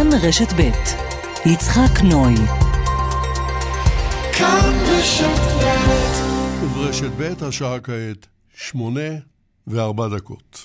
כאן רשת ב' יצחק נוי. כאן רשת ב'. וברשת ב' השעה כעת 8:04.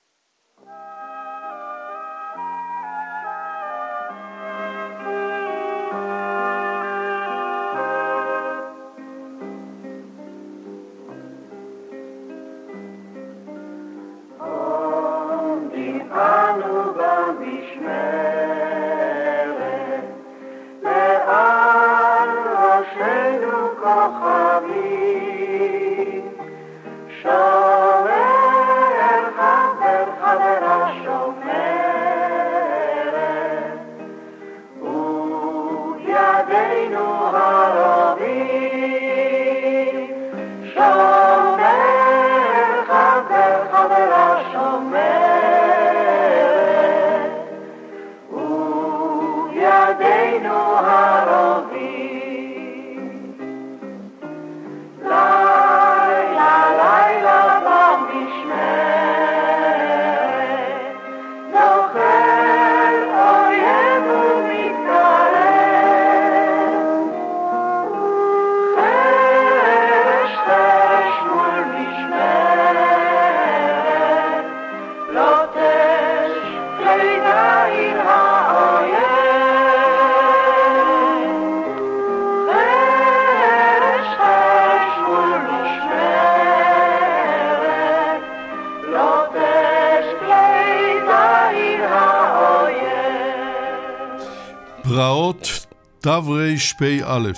פרעות תרפ"א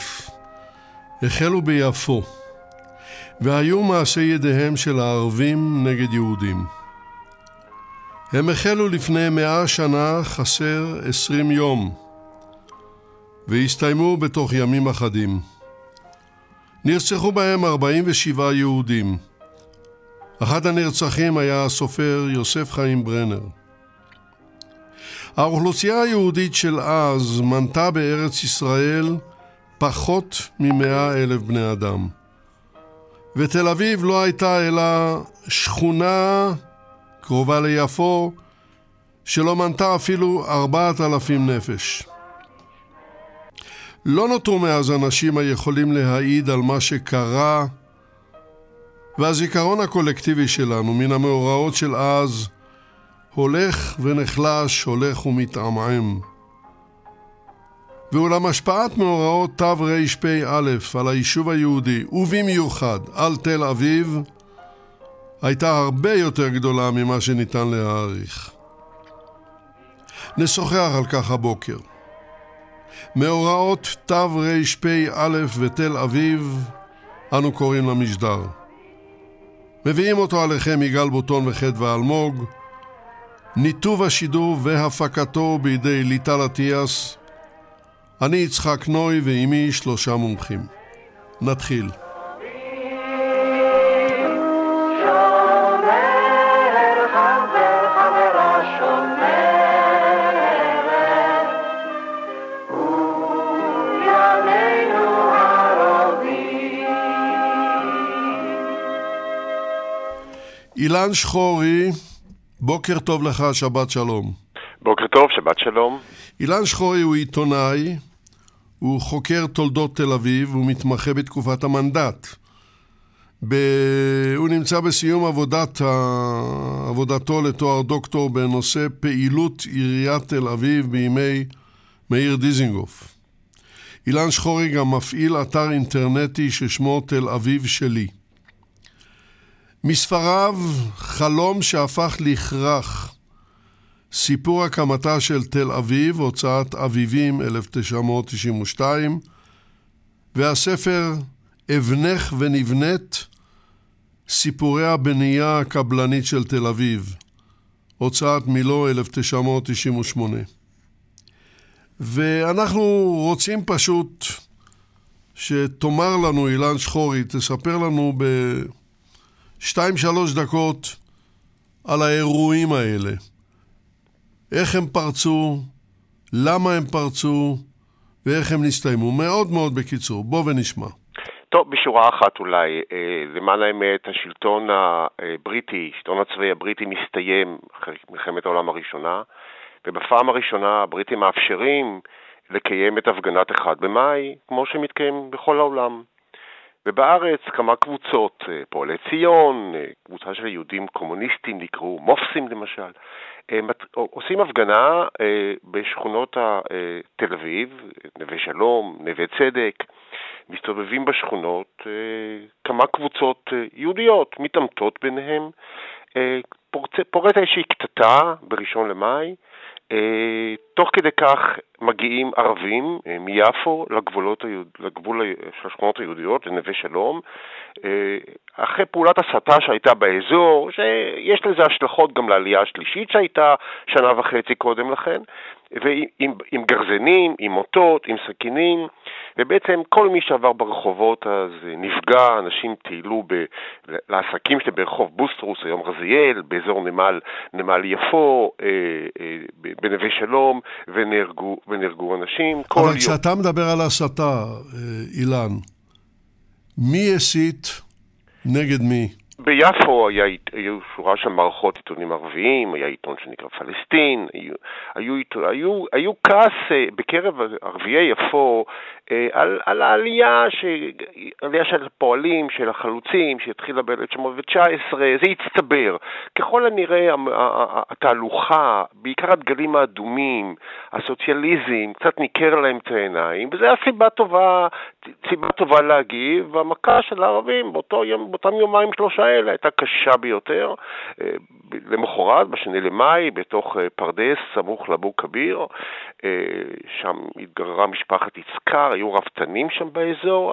החלו ביפו, והיו מעשי ידיהם של הערבים נגד יהודים. הם החלו לפני 100 שנה חסר 20 יום, והסתיימו בתוך ימים אחדים. נרצחו בהם 47 יהודים. אחד הנרצחים היה הסופר יוסף חיים ברנר. האוכלוסייה היהודית של אז מנתה בארץ ישראל פחות מ100,000 בני אדם. ותל אביב לא הייתה אלא שכונה קרובה ליפו שלא מנתה אפילו 4,000 נפש. לא נותרו מאז אנשים היכולים להעיד על מה שקרה, והזיכרון הקולקטיבי שלנו מן המאורעות של אז הולך ונחלש, הולך ומתעמעם. ואולם השפעת מאורעות תרפ"א על היישוב היהודי, ובמיוחד על תל אביב, הייתה הרבה יותר גדולה ממה שניתן להעריך. נשוחח על כך הבוקר. מאורעות תרפ"א ותל אביב, אנו קוראים למשדר. מביאים אותו עליכם יגאל בוטון וחדווה אלמוג. ניתוב השידור והפקתו בידי ליטל אטיאס. אני יצחק נוי ועימי 3 מומחים. נתחיל. אילן שחורי, בוקר טוב לך, שבת שלום. בוקר טוב, שבת שלום. אילן שחורי הוא עיתונאי, הוא חוקר תולדות תל אביב, הוא מתמחה בתקופת המנדט. הוא נמצא בסיום עבודתו לתואר דוקטור בנושא פעילות עיריית תל אביב בימי מאיר דיזינגוף. אילן שחורי גם מפעיל אתר אינטרנטי ששמו תל אביב שלי. מספריו חלום שהפך להכרח, סיפור הקמתה של תל אביב, הוצאת אביבים 1992, והספר אבנך ונבנית, סיפורי הבנייה הקבלנית של תל אביב, הוצאת מילו 1998. ואנחנו רוצים פשוט שתאמר לנו, אילן שחורי, תספר לנו 2-3 דקות על האירועים האלה. איך הם פרצו, למה הם פרצו ואיך הם נסתיימו. מאוד מאוד בקיצור, בוא ונשמע. טוב, בשורה אחת אולי, למען האמת, השלטון הבריטי, השלטון הצבאי הבריטי מסתיים אחרי מלחמת העולם הראשונה, ובפעם הראשונה הבריטים מאפשרים לקיים את הפגנת 1 במאי, כמו שמתקיים בכל העולם. ובארץ כמה קבוצות, פועלי ציון, קבוצה של יהודים קומוניסטים, נקראו מופסים למשל, עושים הפגנה בשכונות תל אביב, נווה שלום, נווה צדק, מסתובבים בשכונות כמה קבוצות יהודיות, מתעמתות ביניהם, פורצת איזושהי קטטה בראשון למאי, תוך כדי כך מגיעים ערבים מיפו לגבול של השכונות היהודיות, לנווה שלום, אחרי פעולת הסתה שהייתה באזור, שיש לזה השלכות גם לעלייה השלישית שהייתה 1.5 שנה קודם לכן, ועם גרזנים, עם מוטות, עם סכינים, ובעצם כל מי שעבר ברחובות אז נפגע, אנשים טיילו לעסקים שלהם ברחוב בוסטרוס, היום רזיאל, באזור נמל יפו, בנווה שלום, ונהרגו אנשים. אבל כשאתה מדבר על הסתה, אילן, מי הסית נגד מי? ביפו היו שורה של מערכות עיתונים ערביים, היה עיתון שנקרא פלסטין, היו כעס בקרב ערביי יפו על העלייה של הפועלים, של החלוצים, שהתחילה ב-1919, זה הצטבר. ככל הנראה התהלוכה, בעיקר הדגלים האדומים, הסוציאליזם, קצת ניכר להם את העיניים, וזה היה סיבה טובה להגיב, והמכה של הערבים באותם יומיים 3 האלה הייתה קשה ביותר. למחרת, ב2 למאי, בתוך פרדס, סמוך לאבו כביר, שם התגררה משפחת יצקר, היו רפתנים שם באזור,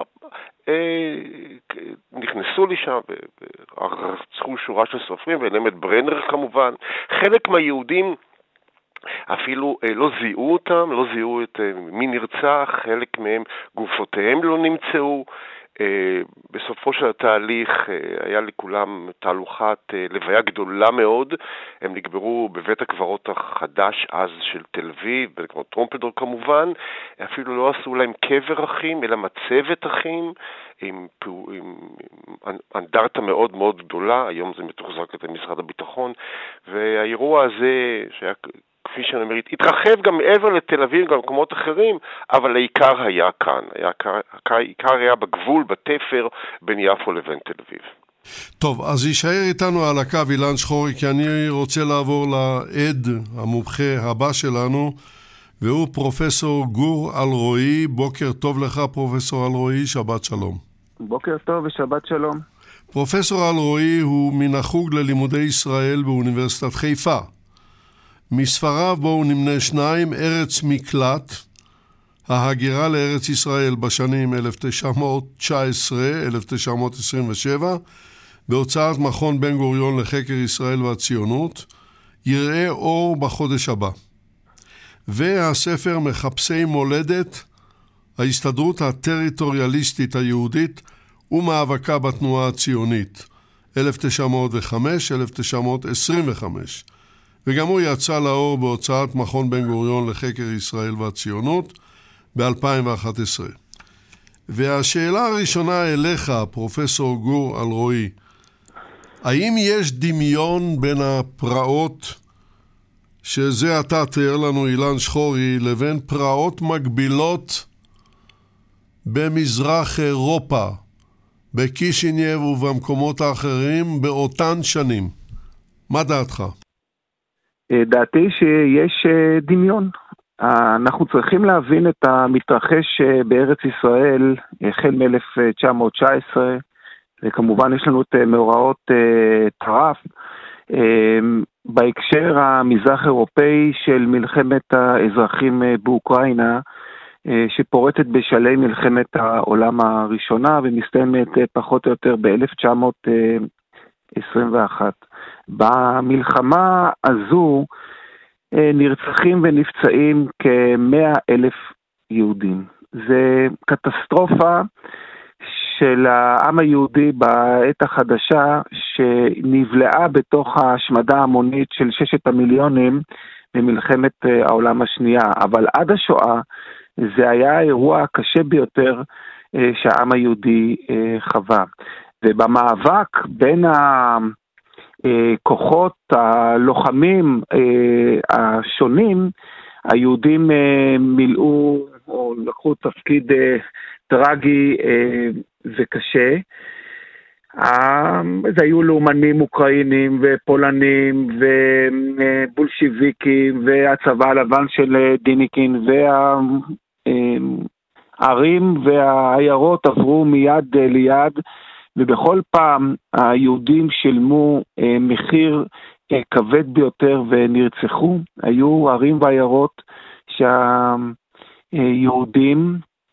נכנסו לי שם ורצחו שורה של סופרים, ואליהם את ברנר כמובן. חלק מהיהודים אפילו לא זיהו אותם, לא זיהו את מי נרצח, חלק מהם גופותיהם לא נמצאו. בסופו של התהליך היה לכולם תהלוכת לוויה גדולה מאוד, הם נקברו בבית הקברות החדש אז של תל אביב, בית הקברות טרומפלדור כמובן, אפילו לא עשו להם קבר אחים, אלא מצבת אחים, עם אנדרטה מאוד מאוד גדולה, היום זה מתוחזק על משרד הביטחון, והאירוע הזה שהיה כפי שאני אומר, התרחב גם מעבר לתל אביב, גם במקומות אחרים, אבל העיקר היה כאן. העיקר היה בגבול, בתפר, בין יפו לבין תל אביב. טוב, אז יישאר איתנו על הקו אילן שחורי, כי אני רוצה לעבור לעד המומחה הבא שלנו, והוא פרופסור גור אלרועי. בוקר טוב לך, פרופסור אלרועי, שבת שלום. בוקר טוב ושבת שלום. פרופסור אלרועי הוא מן החוג ללימודי ישראל באוניברסיטת חיפה. מספריו בואו נמנה 2, ארץ מקלט, ההגירה לארץ ישראל בשנים 1919-1927, בהוצאת מכון בן גוריון לחקר ישראל והציונות, יראה אור בחודש הבא. והספר מחפשי מולדת, ההסתדרות הטריטוריאליסטית היהודית ומאבקה בתנועה הציונית, 1905-1925, וגם הוא יצא לאור בהוצאת מכון בן גוריון לחקר ישראל והציונות ב-2011. והשאלה הראשונה אליך, פרופסור גור אלרועי, האם יש דמיון בין הפרעות שזה אתה תיאר לנו אילן שחורי, לבין פרעות מקבילות במזרח אירופה, בקישינייב ובמקומות האחרים באותן שנים? מה דעתך? דעתי שיש דמיון. אנחנו צריכים להבין את המתרחש בארץ ישראל החל מ-1919, וכמובן יש לנו את מאורעות טרף, בהקשר המזרח אירופאי של מלחמת האזרחים באוקראינה, שפורטת בשלהי מלחמת העולם הראשונה ומסתיימת פחות או יותר ב-1921. במלחמה הזו נרצחים ונפצעים כ100,000 יהודים. זה קטסטרופה של העם היהודי בעת החדשה, שנבלעה בתוך ההשמדה המונית של 6 המיליונים במלחמת העולם השנייה. אבל עד השואה זה היה האירוע הקשה ביותר שהעם היהודי חווה. ובמאבק בין כוחות הלוחמים השונים, היהודים מילאו או לקחו תפקיד טרגי וקשה. זה היו לאומנים אוקראינים ופולנים ובולשיביקים והצבא הלבן של דיניקין, והערים והעיירות עברו מיד ליד, ובכל פעם היהודים שילמו מחיר כבד ביותר ונרצחו. היו ערים ועיירות שהיהודים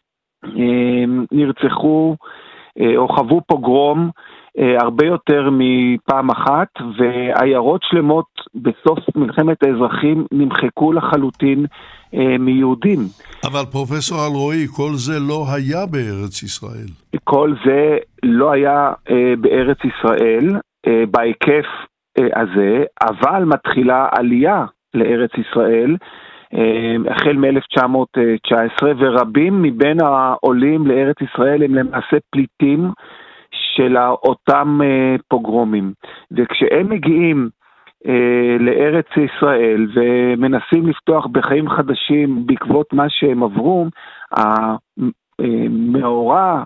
נרצחו או חוו פוגרום הרבה יותר מפעם אחת, ועיירות שלמות בסוף מלחמת האזרחים נמחקו לחלוטין מיהודים. אבל פרופסור אלרועי, כל זה לא היה בארץ ישראל. כל זה לא היה בארץ ישראל בהיקף הזה, אבל מתחילה עלייה לארץ ישראל החל מ-1919, ורבים מבין העולים לארץ ישראל הם למעשה פליטים של אותם פוגרומים. וכשהם מגיעים לארץ ישראל ומנסים לפתוח בחיים חדשים בעקבות מה שהם עברו, המאורע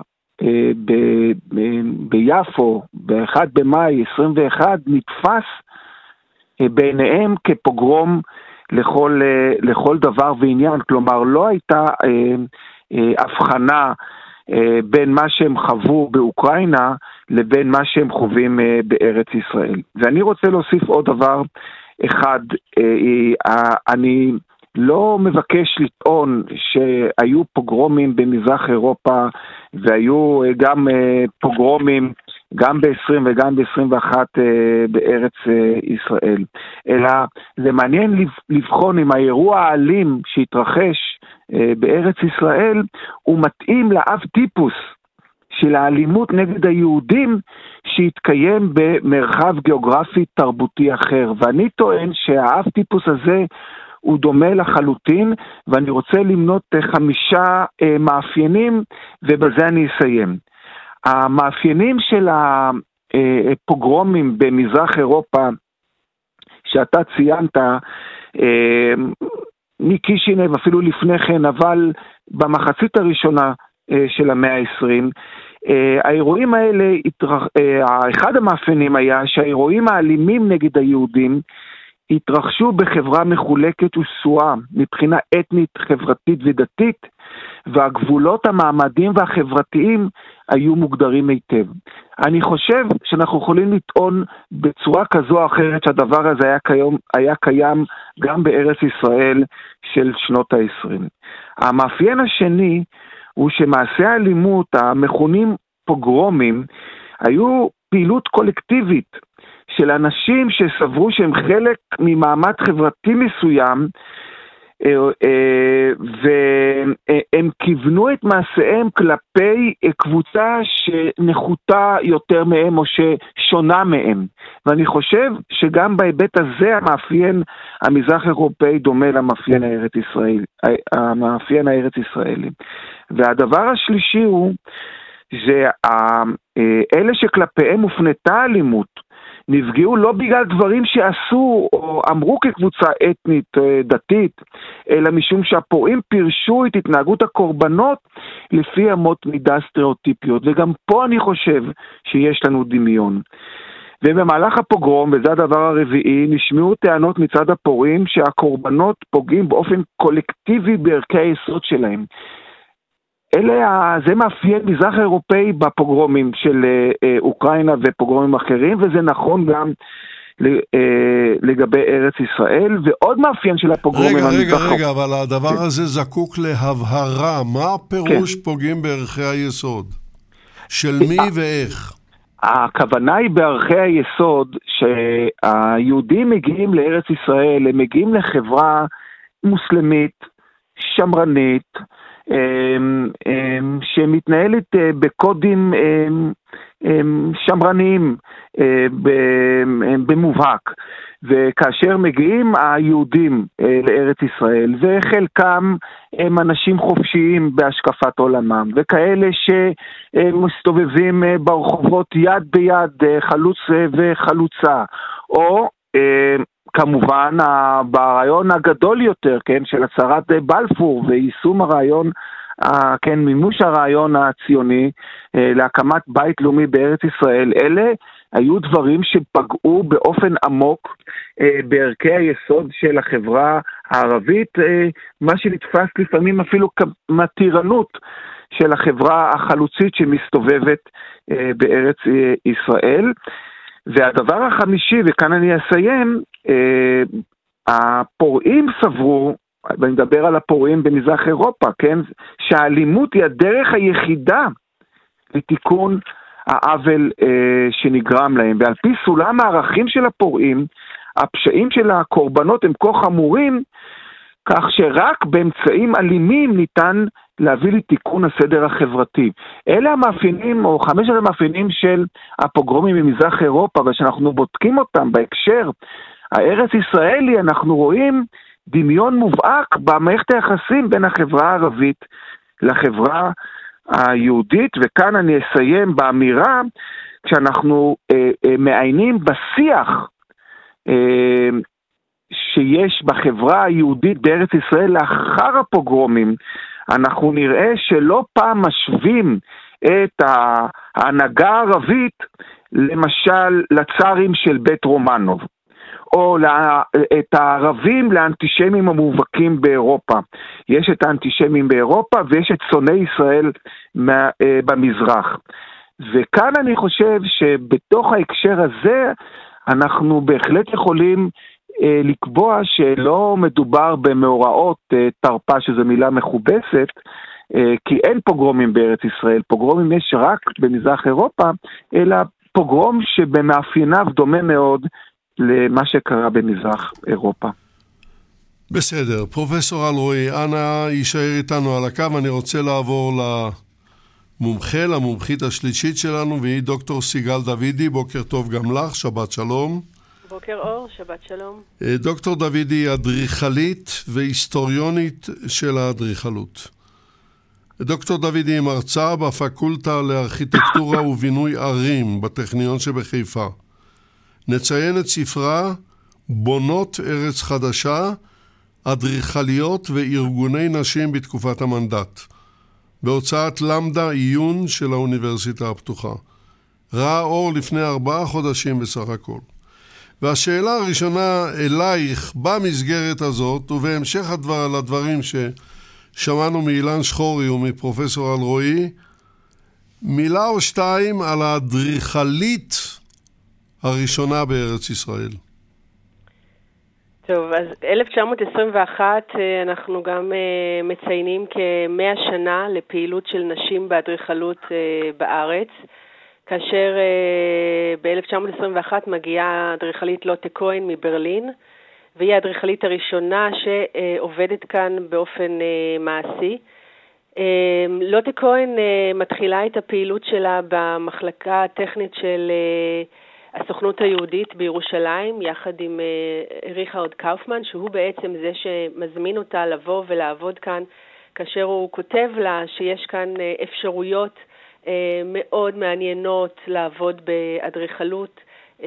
ביפו ב-1 במאי 21 נתפס ביניהם כפוגרום לכל דבר ועניין. כלומר, לא הייתה הבחנה בין מה שהם חוו באוקראינה לבין מה שהם חווים בארץ ישראל. ואני רוצה להוסיף עוד דבר אחד. אני לא מבקש לטעון שהיו פוגרומים במזרח אירופה, והיו גם פוגרומים גם ב-20 וגם ב-21 בארץ ישראל. אלא זה מעניין לבחון אם האירוע האלים שהתרחש בארץ ישראל הוא מתאים לאב טיפוס של האלימות נגד היהודים שהתקיים במרחב גיאוגרפי תרבותי אחר. ואני טוען שהאב טיפוס הזה הוא דומה לחלוטין, ואני רוצה למנות 5 מאפיינים, ובזה אני אסיים. המאפיינים של הפוגרומים במזרח אירופה שאתה ציינת, מקישינב אפילו לפני כן, אבל במחצית הראשונה של המאה ה-20, האירועים האלה, אחד המאפיינים היה שהאירועים האלימים נגד היהודים התרחשו בחברה מחולקת ושסועה מבחינה אתנית, חברתית ודתית, והגבולות המעמדיים והחברתיים היו מוגדרים היטב. אני חושב שאנחנו יכולים לטעון בצורה כזו או אחרת שהדבר הזה היה קיים גם בארץ ישראל של שנות ה-20. המאפיין השני הוא שמעשי האלימות המכונים פוגרומים היו פעילות קולקטיבית של אנשים שסברו שהם חלק ממעמד חברתי מסוים, והם כיוונו את מעשיהם כלפי קבוצה שנחותה יותר מהם או ששונה מהם. ואני חושב שגם בהיבט הזה המאפיין המזרח אירופאי דומה למאפיין הארץ ישראלי. והדבר השלישי הוא אלה שכלפיהם הופנתה אלימות נפגעו לא בגלל דברים שעשו או אמרו כקבוצה אתנית דתית, אלא משום שהפורעים פירשו את התנהגות הקורבנות לפי אמות מידה סטריאוטיפיות. וגם פה אני חושב שיש לנו דמיון. ובמהלך הפוגרום, וזה הדבר הרביעי, נשמעו טענות מצד הפורעים שהקורבנות פוגעים באופן קולקטיבי בערכי היסוד שלהם. זה מאפיין מזרח אירופאי בפוגרומים של אוקראינה ופוגרומים אחרים, וזה נכון גם לגבי ארץ ישראל. ועוד מאפיין של הפוגרומים... רגע, אבל הדבר הזה זקוק להבהרה. מה הפירוש פוגעים בערכי היסוד? של מי ואיך? הכוונה היא בערכי היסוד שהיהודים מגיעים לארץ ישראל, הם מגיעים לחברה מוסלמית, שמרנית, שמתנהלת בקודים שמרניים במובהק. וכאשר מגיעים היהודים לארץ ישראל, וחלקם הם אנשים חופשיים בהשקפת עולמם, וכאלה שמסתובבים ברחובות יד ביד, חלוץ וחלוצה, או כמובן ברעיון הגדול יותר, כן, של הצהרת בלפור ויישום הרעיון, כן, מימוש הרעיון הציוני להקמת בית לאומי בארץ ישראל, אלה היו דברים שפגעו באופן עמוק בערכי היסוד של החברה הערבית, מה שנתפס לפעמים אפילו כמתירנות של החברה החלוצית שמסתובבת בארץ ישראל. והדבר החמישי, וכאן אני אסיים, הפורעים סברו, ואני מדבר על הפורעים במזרח אירופה, כן? שהאלימות היא הדרך היחידה לתיקון העוול שנגרם להם. ועל פי סולם הערכים של הפורעים, הפשעים של הקורבנות הם כה חמורים, כך שרק באמצעים אלימים ניתן להביא לתיקון הסדר החברתי. אלה המאפיינים, או 5 המאפיינים של הפוגרומים במזרח אירופה, ושאנחנו בודקים אותם בהקשר הארץ ישראלי, אנחנו רואים דמיון מובהק במערכת היחסים בין החברה הערבית לחברה היהודית. וכאן אני אסיים באמירה, כשאנחנו מעיינים בשיח שיש בחברה היהודית בארץ ישראל לאחר הפוגרומים, אנחנו נראה שלא פעם משווים את ההנהגה הערבית למשל לצארים של בית רומנוב, או את הערבים לאנטישמים המובהקים באירופה. יש את האנטישמים באירופה ויש את שונאי ישראל במזרח. וכאן אני חושב שבתוך ההקשר הזה אנחנו בהחלט יכולים לקבוע שלא מדובר במאורעות תרפה, שזו מילה מכובסת, כי אין פוגרומים בארץ ישראל. פוגרומים יש רק במזרח אירופה, אלא פוגרום שבמאפייניו דומה מאוד למה שקרה במזרח אירופה. בסדר. פרופסור אלרועי, אנא יישאר איתנו על הקו. אני רוצה לעבור למומחית השלישית שלנו, והיא דוקטור סיגל דוידי. בוקר טוב גם לך, שבת שלום. בוקר אור, שבת שלום. דוקטור דוידי היא אדריכלית והיסטוריונית של האדריכלות. דוקטור דוידי היא מרצה בפקולטה לארכיטקטורה ובינוי ערים בטכניון שבחיפה. נציין את ספרה בונות ארץ חדשה, אדריכליות וארגוני נשים בתקופת המנדט, בהוצאת למדה עיון של האוניברסיטה הפתוחה. ראה אור לפני 4 חודשים בסך הכל. והשאלה הראשונה אלייך במסגרת הזאת, ובהמשך לדברים ששמענו מאילן שחורי ומפרופסור אלרועי, מילה או שתיים על האדריכלית הראשונה בארץ ישראל. טוב, אז 1921 אנחנו גם מציינים כ100 שנה לפעילות של נשים באדריכלות בארץ, כאשר ב-1921 מגיעה אדריכלית לוטה כהן מברלין, והיא האדריכלית הראשונה שעובדת כאן באופן מעשי. לוטה כהן מתחילה את הפעילות שלה במחלקה הטכנית של הסוכנות היהודית בירושלים, יחד עם ריכרד קאופמן, שהוא בעצם זה שמזמין אותה לבוא ולעבוד כאן, כאשר הוא כותב לה שיש כאן אפשרויות מאוד מעניינות לעבוד באדריכלות.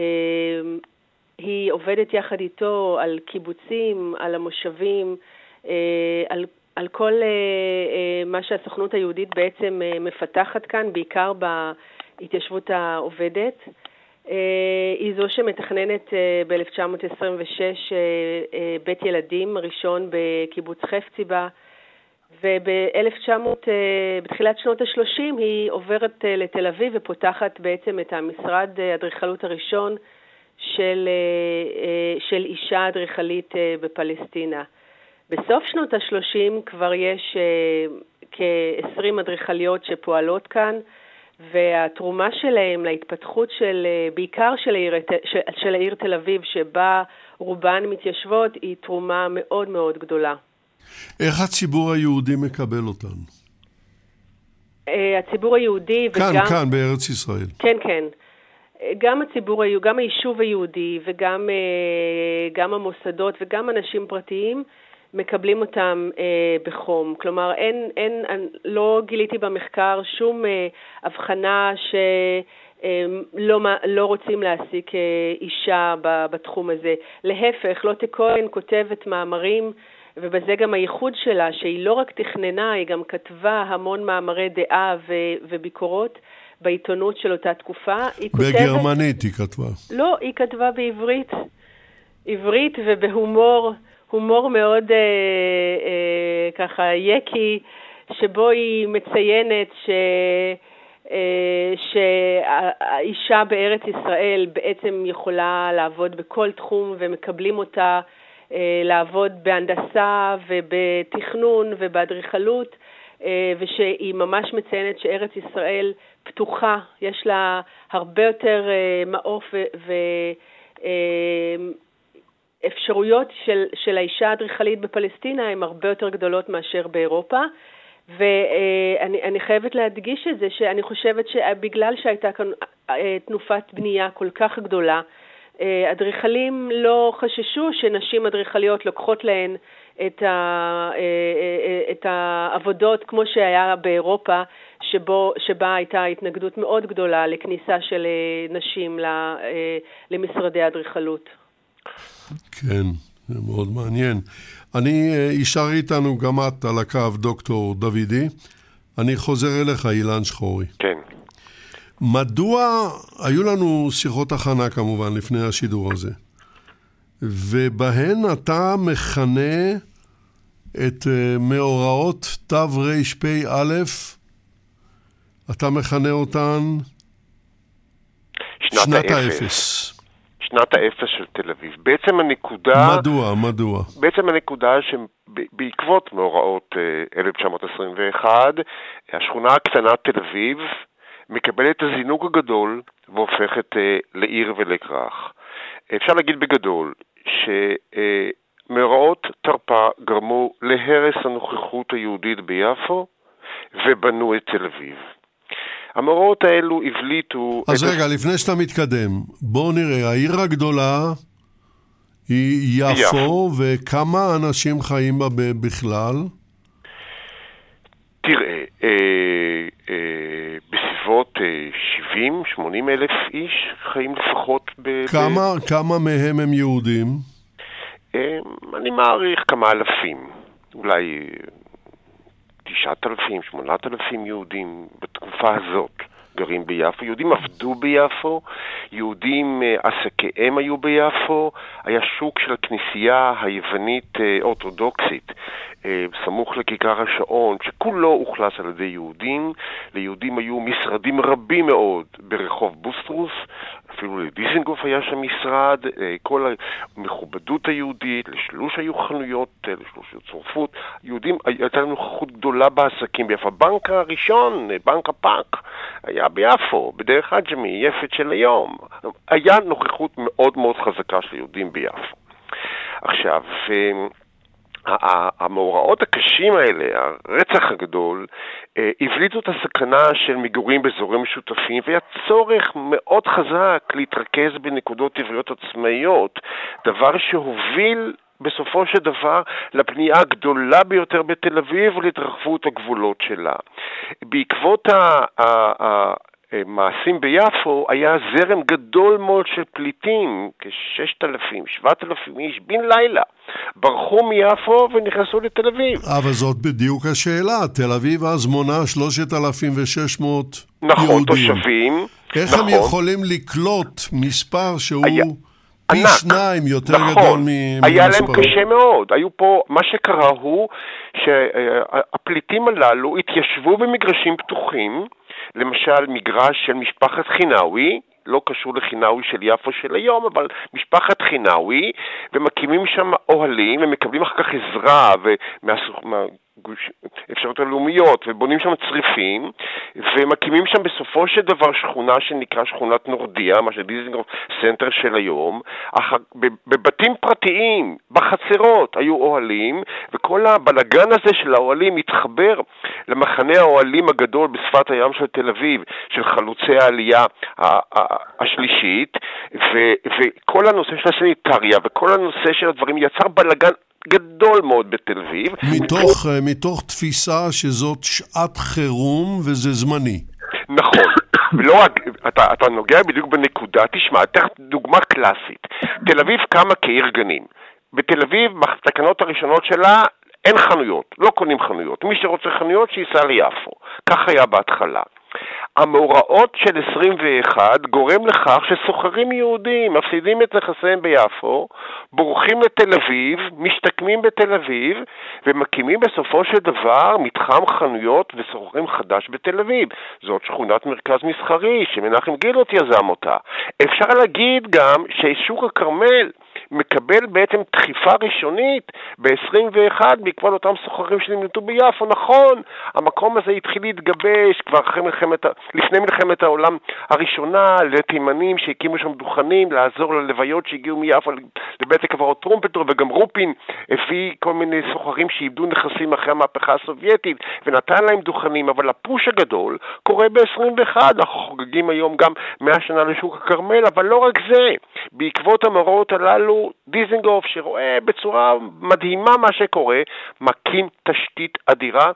היא עובדת יחד איתו על קיבוצים, על המושבים, על כל מה שהסוכנות היהודית בעצם מפתחת כאן, בעיקר בהתיישבות העובדת. היא זו שמתכננת ב-1926 בית ילדים ראשון בקיבוץ חפציבה, ובתחילת שנות ה-30 היא עוברת לתל אביב ופותחת בעצם את המשרד האדריכלות הראשון של אישה אדריכלית בפלסטינה. בסוף שנות ה-30 כבר יש כ-20 אדריכליות שפועלות כאן, והתרומה שלהם להתפתחות בעיקר של העיר תל אביב, שבה רובן מתיישבות, היא תרומה מאוד מאוד גדולה. איך הציבור היהודי מקבל אותן? הציבור היהודי וגם... כאן, בארץ ישראל. כן, כן. גם הציבור, גם היישוב היהודי וגם גם המוסדות וגם אנשים פרטיים מקבלים אותם בחום. כלומר, לא גיליתי במחקר שום הבחנה לא רוצים להעסיק אישה בתחום הזה. להפך, לוטה כהן כותבת מאמרים, ובזה גם הייחוד שלה, שהיא לא רק תכננה, היא גם כתבה המון מאמרי דעה וביקורות בעיתונות של אותה תקופה. בגרמנית היא כתבה. לא, היא כתבה בעברית. עברית ובהומור, הומור מאוד ככה יקי, שבו היא מציינת שהאישה בארץ ישראל בעצם יכולה לעבוד בכל תחום ומקבלים אותה לעבוד בהנדסה ובתכנון ובאדריכלות, ושהיא ממש מציינת שארץ ישראל פתוחה, יש לה הרבה יותר מעוף ואפשרויות של האישה האדריכלית בפלסטינה הן הרבה יותר גדולות מאשר באירופה. ואני חייבת להדגיש את זה, שאני חושבת שבגלל שהייתה כאן תנופת בנייה כל כך גדולה, אדריכלים לא חששו שנשים אדריכליות לוקחות להן את העבודות כמו שהיה באירופה, שבה הייתה התנגדות מאוד גדולה לכניסה של נשים למשרדי אדריכלות. כן, זה מאוד מעניין. יישאר איתנו גם את על הקו, דוקטור דוידי. אני חוזר אליך, אילן שחורי. כן. מדוע, היו לנו שיחות הכנה כמובן לפני השידור הזה, ובהן אתה מכנה את מאורעות תרפ"א, אתה מכנה אותן שנת האפס. שנת האפס של תל אביב. בעצם הנקודה... מדוע? בעצם הנקודה שבעקבות מאורעות 1921, השכונה הקטנה תל אביב מקבלת את הזינוק הגדול והופכת לעיר ולכרך. אפשר להגיד בגדול שמאורעות תרפ"א גרמו להרס הנוכחות היהודית ביפו ובנו את תל אביב. המאורעות האלו הבליטו... אז רגע, לפני שאתה מתקדם, בואו נראה, העיר הגדולה היא יפו, וכמה אנשים חיים בה בכלל? תראה, בסביבות 70-80 אלף איש חיים לפחות כמה מהם הם יהודים? אני מעריך כמה אלפים, אולי 9,000, 8,000 יהודים בתקופה הזאת גרים ביפו. יהודים עבדו ביפו, יהודים עסקיהם היו ביפו, היה שוק של הכנסייה היוונית אורתודוקסית סמוך לכיכר השעון, שכולו הוחלס על ידי יהודים. ליהודים היו משרדים רבים מאוד ברחוב בוסטרוס, אפילו לדיזנגוף היה שם משרד, כל המכובדות היהודית, לשלוש היו חנויות, לשלוש היו צורפות. יהודים, הייתה לנו נוכחות גדולה בעסקים ביפו. הבנק הראשון, בנק הפאק, היה ביפו, בדרך אג'מי, יפת של היום. היה נוכחות מאוד מאוד חזקה של יהודים ביפו. עכשיו, המאורעות הקשים האלה, הרצח הגדול, הבליטו את הסכנה של מגורים באזורים משותפים, והיה צורך מאוד חזק להתרכז בנקודות עבריות עצמאיות, דבר שהוביל בסופו של דבר לפנייה הגדולה ביותר בתל אביב ולהתרחבות הגבולות שלה. בעקבות מעשים ביפו היה זרם גדול מאוד של פליטים, כ-6,000-7,000 איש, בן לילה, ברחו מיפו ונכנסו לתל אביב. אבל זאת בדיוק השאלה, תל אביב אז מונה 3,600 נכון, יהודים. תושבים. איך נכון. הם יכולים לקלוט מספר שהוא פי ענק. 2 יותר נכון. גדול ממספר? היה להם קשה מאוד. היו פה, מה שקרה הוא שהפליטים הללו התיישבו במגרשים פתוחים, למשל מגרש של משפחת חינאווי, לא קשור לחינאווי של יפו של היום, אבל משפחת חינאווי, ומקימים שם אוהלים, ומקבלים אחר כך עזרה אפשרות הלאומיות, ובונים שם צריפים, ומקימים שם בסופו של דבר שכונה שנקרא שכונת נורדיה, מה שדיזינגוף סנטר של היום, בבתים פרטיים, בחצרות, היו אוהלים, וכל הבלגן הזה של האוהלים מתחבר למחנה האוהלים הגדול בשפת הים של תל אביב, של חלוצי העלייה השלישית, וכל הנושא של הסניטריה, וכל הנושא של הדברים יצר בלגן גדול מאוד בתל אביב. מתוך תפיסה שזאת שעת חירום וזה זמני. נכון. ולא, אתה נוגע בדיוק בנקודה. תשמע, דוגמה קלאסית. תל אביב קמה כעיר גנים. בתל אביב, בתקנות הראשונות שלה, אין חנויות, לא קונים חנויות. מי שרוצה חנויות, שייסע ליפו. כך היה בהתחלה. המאורעות של 21 גורם לכך שסוחרים יהודים מפסידים את נכסיהם ביפו, בורחים לתל אביב, משתקמים בתל אביב, ומקימים בסופו של דבר מתחם חנויות וסוחרים חדש בתל אביב. זאת שכונת מרכז מסחרי שמנחם גילות יזם אותה. אפשר להגיד גם ששוק הכרמל מקבל בעצם דחיפה ראשונית ב-21 בעקבות אותם סוחרים שנמלטו ביפו. נכון, המקום הזה התחיל להתגבש כבר לפני מלחמת העולם הראשונה, לתימנים שהקימו שם דוכנים לעזור ללוויות שהגיעו מיפו לבית הקברות טרומפלדור, וגם רופין הביא כל מיני סוחרים שאיבדו נכסים אחרי המהפכה הסובייטית ונתן להם דוכנים. אבל הפוש הגדול קורה ב-21, אנחנו חוגגים היום גם 100 שנה לשוק הכרמל. אבל לא רק זה, בעקבות המאורעות הללו דיזינגוף, שרואה בצורה מדהימה מה שקורה, מקים תשתית אדירה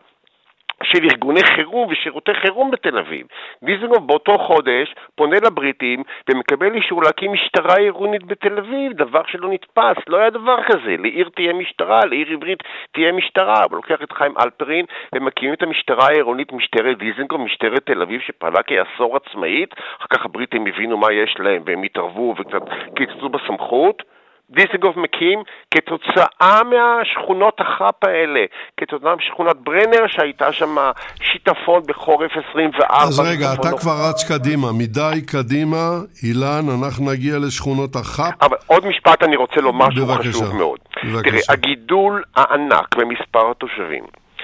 של ארגוני חירום ושירותי חירום בתל אביב. דיזינגוף באותו חודש פונה לבריטים ומקבל אישור להקים משטרה עירונית בתל אביב, דבר שלא נתפס, לא היה דבר כזה. לעיר תהיה משטרה, לעיר עברית תהיה משטרה. אבל לוקח את חיים אלפרין ומקימים את המשטרה העירונית, משטרת דיזינגוף, משטרת תל אביב, שפעלה כעשור עצמאית. אחר כך הבריטים הבינו מה יש להם והם התערבו וקצת קיצצו בסמכות. דיזינגוף מקים כתוצאה מהשכונות החאפ האלה, כתוצאה משכונת ברנר שהייתה שם שיטפון בחורף 24. אז רגע, אתה כבר רץ קדימה, מדי קדימה, אילן, אנחנו נגיע לשכונות החאפ. אבל עוד משפט אני רוצה לומר שהוא חשוב מאוד. תראה, הגידול הענק במספר התושבים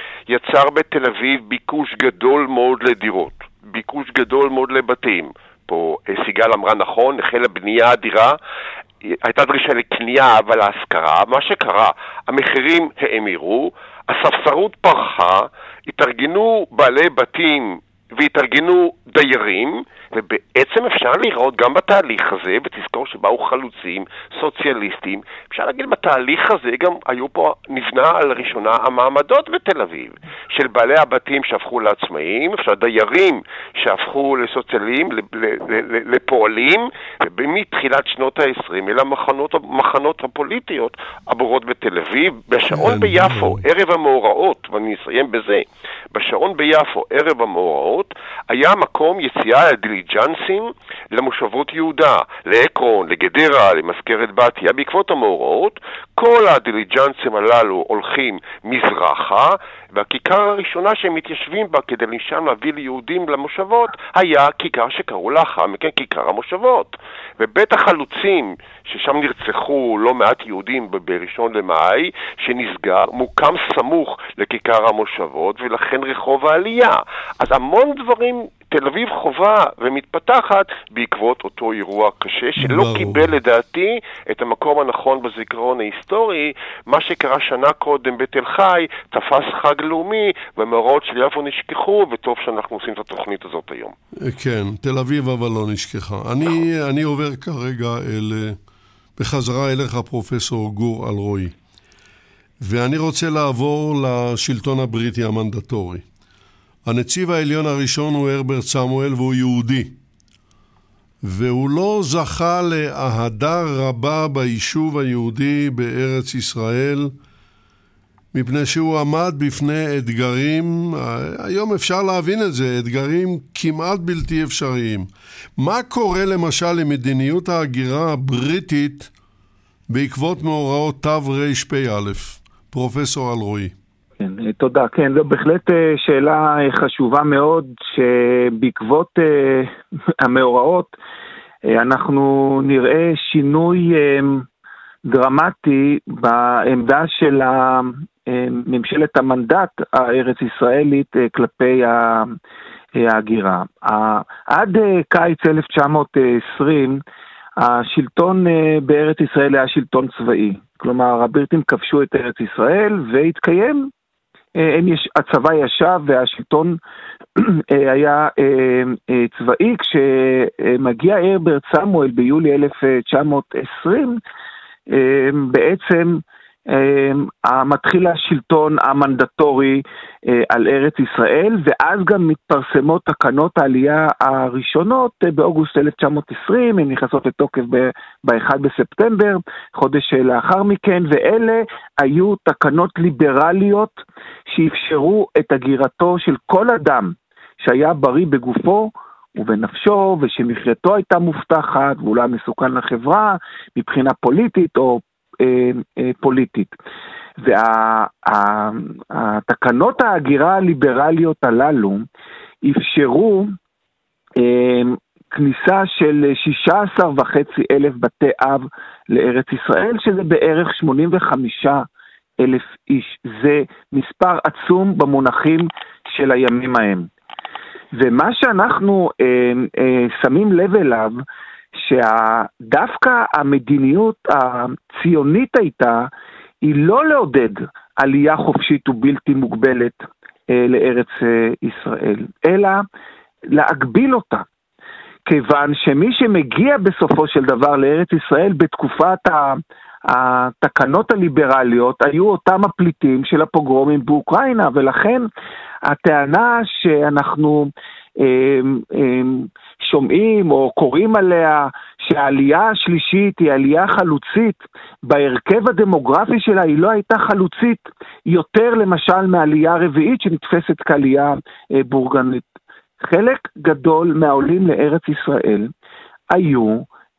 יצר בתל אביב ביקוש גדול מאוד לדירות, ביקוש גדול מאוד לבתים. פה סיגל אמרה נכון, החלה בנייה אדירה, הייתה דרישה לקנייה אבל להשכרה. מה שקרה, המחירים האמירו, הספסרות פרחה, התארגנו בעלי בתים והתארגנו דיירים, ובעצם אפשר לראות גם בתהליך הזה, ותזכור שבאו חלוצים סוציאליסטים, אפשר להגיד בתהליך הזה גם היו פה, נבנה על ראשונה המעמדות בתל אביב, של בעלי הבתים שהפכו לעצמאים, אפשר דיירים שהפכו לסוציאלים, לפועלים, ומתחילת שנות ה-20 אלה המחנות הפוליטיות הבורות בתל אביב. בשעון ביפו, ערב המאורעות, ואני אסיים בזה, בשעון ביפו, ערב המאורעות, היה מקום יציאה לדיליג'נסים למושבות יהודה, לעקרון, לגדרה, למזכרת בתיה. בעקבות המאורעות, כל הדיליג'נסים הללו הולכים מזרחה, והכיכר הראשונה שהם מתיישבים בה כדי לשם להביא ליהודים למושבות, היה כיכר שקראו לאחר מכן כיכר המושבות. ובית החלוצים, ששם נרצחו לא מעט יהודים בראשון למאי, שנסגר, מוקם סמוך לכיכר המושבות, ולכן רחוב העלייה. אז המון דברים תל אביב חובה ומתפתחת בעקבות אותו אירוע קשה, שלא קיבל לדעתי את המקום הנכון בזיכרון ההיסטורי. מה שקרה שנה קודם בתל חי תפס חג לאומי, והמאורעות של יפו נשכחו, וטוב שאנחנו עושים את התוכנית הזאת היום. כן, תל אביב אבל לא נשכחה. אני עובר כרגע בחזרה אליך פרופסור גור אלרועי, ואני רוצה לעבור לשלטון הבריטי המנדטורי. הנציב העליון הראשון הוא הרברט סמואל, והוא יהודי, והוא לא זכה לאהדה רבה ביישוב היהודי בארץ ישראל, מפני שהוא עמד בפני אתגרים, היום אפשר להבין את זה, אתגרים כמעט בלתי אפשריים. מה קורה למשל למדיניות ההגירה הבריטית בעקבות מאורעות תרפ"א? פרופסור אלרועי. כן, תודה. כן, זו בהחלט שאלה חשובה מאוד, שבעקבות המאורעות אנחנו נראה שינוי דרמטי בעמדה של ממשלת המנדט הארץ ישראלית כלפי ההגירה. עד קיץ 1920 השלטון בארץ ישראל היה שלטון צבאי. כלומר, הבריטים כבשו את ארץ ישראל והתקיים. הצבא ישב והשלטון היה צבאי. כשמגיע הרברט סמואל ביולי 1920, בעצם מתחיל השלטון המנדטורי על ארץ ישראל, ואז גם מתפרסמות תקנות העלייה הראשונות באוגוסט 1920, הן נכנסות לתוקף ב-1 בספטמבר, חודש לאחר מכן, ואלה היו תקנות ליברליות שאפשרו את הגירתו של כל אדם שהיה בריא בגופו ובנפשו, ושמחייתו הייתה מובטחת, ואולי מסוכן לחברה מבחינה פוליטית או פוליטית. והתקנות ההגירה הליברליות הללו אפשרו כניסה של 16,500 בתי אב לארץ ישראל, שזה בערך 85,000 איש. זה מספר עצום במונחים של הימים ההם. ומה שאנחנו שמים לב אליו, שדווקא המדיניות הציונית הייתה, היא לא לעודד עלייה חופשית ובלתי מוגבלת לארץ ישראל, אלא להגביל אותה. כיוון שמי שמגיע בסופו של דבר לארץ ישראל בתקופת התקנות הליברליות, היו אותם הפליטים של הפוגרומים באוקראינה, ולכן הטענה שאנחנו שומעים או קוראים עליה שהעלייה השלישית היא עלייה חלוצית, בהרכב הדמוגרפי שלה היא לא הייתה חלוצית יותר למשל מעלייה רביעית שנתפסת כעלייה בורגנית. חלק גדול מהעולים לארץ ישראל היו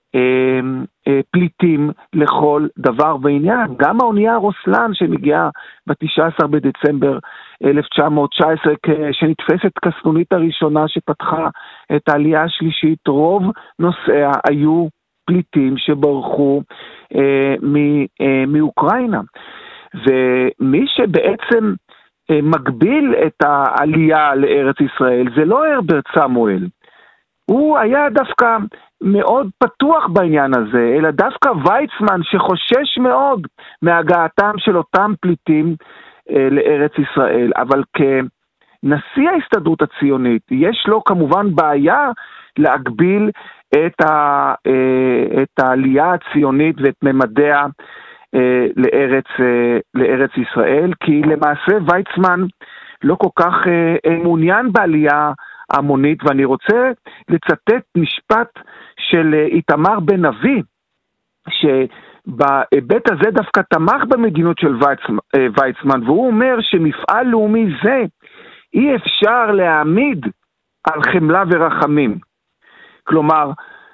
פליטים לכל דבר ועניין. גם האונייה רוסלן שמגיעה ב-19 בדצמבר 1919 שנתפסת כסנונית הראשונה שפתחה את העלייה השלישית, רוב נוסעיה היו פליטים שברחו מאוקראינה. ומי שבעצם מגביל את העלייה לארץ ישראל זה לא הרברט סמואל, הוא היה דווקא מאוד פתוח בעניין הזה, אלא דווקא ויצמן שחושש מאוד מהגעתם של אותם פליטים לארץ ישראל. אבל כנשיא ההסתדרות הציונית יש לו כמובן בעיה להגביל את העלייה הציונית ואת ממדיה לארץ ישראל, כי למעשה ויצמן לא כל כך מעוניין בעלייה המונית. ואני רוצה לצטט משפט של איתמר בן אבי, שבהיבט הזה דווקא תמך במדינות של ויצמן, והוא אומר שמפעל לאומי זה אי אפשר להעמיד על חמלה ורחמים. כלומר,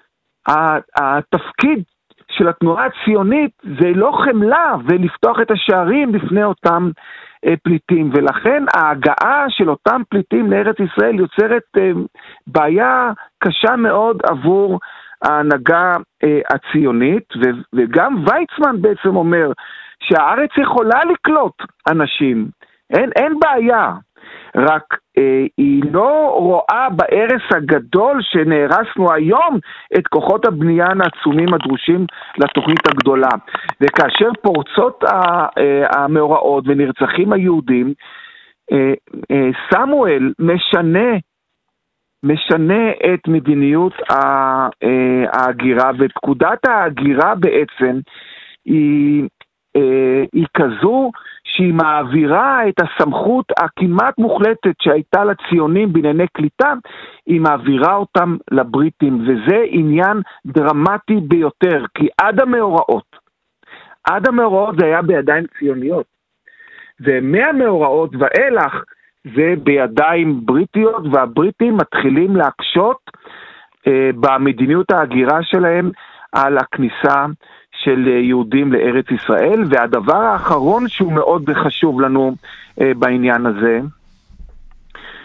התפקיד של התנועה הציונית זה לא חמלה ולפתוח את השערים בפני אותם פליטים, ולכן ההגעה של אותם פליטים לארץ ישראל יוצרת בעיה קשה מאוד עבור ההנהגה הציונית. וגם ויצמן בעצם אומר שהארץ יכולה לקלוט אנשים, אין בעיה, רק היא לא רואה בערס הגדול שנהרסנו היום את כוחות הבנייה העצומים הדרושים לתוכנית הגדולה. וכאשר פורצות המאורעות ונרצחים היהודים, סמואל משנה את מדיניות ההגירה, ופקודת ההגירה בעצם היא כזו שהיא מעבירה את הסמכות הכמעט מוחלטת שהייתה לציונים בענייני קליטה, היא מעבירה אותם לבריטים, וזה עניין דרמטי ביותר, כי עד המאורעות זה היה בידיים ציוניות, ומהמאורעות ואילך זה בידיים בריטיות, והבריטים מתחילים להקשות במדיניות ההגירה שלהם על הכניסה של יהודים לארץ ישראל. והדבר האחרון שהוא מאוד חשוב לנו בעניין הזה,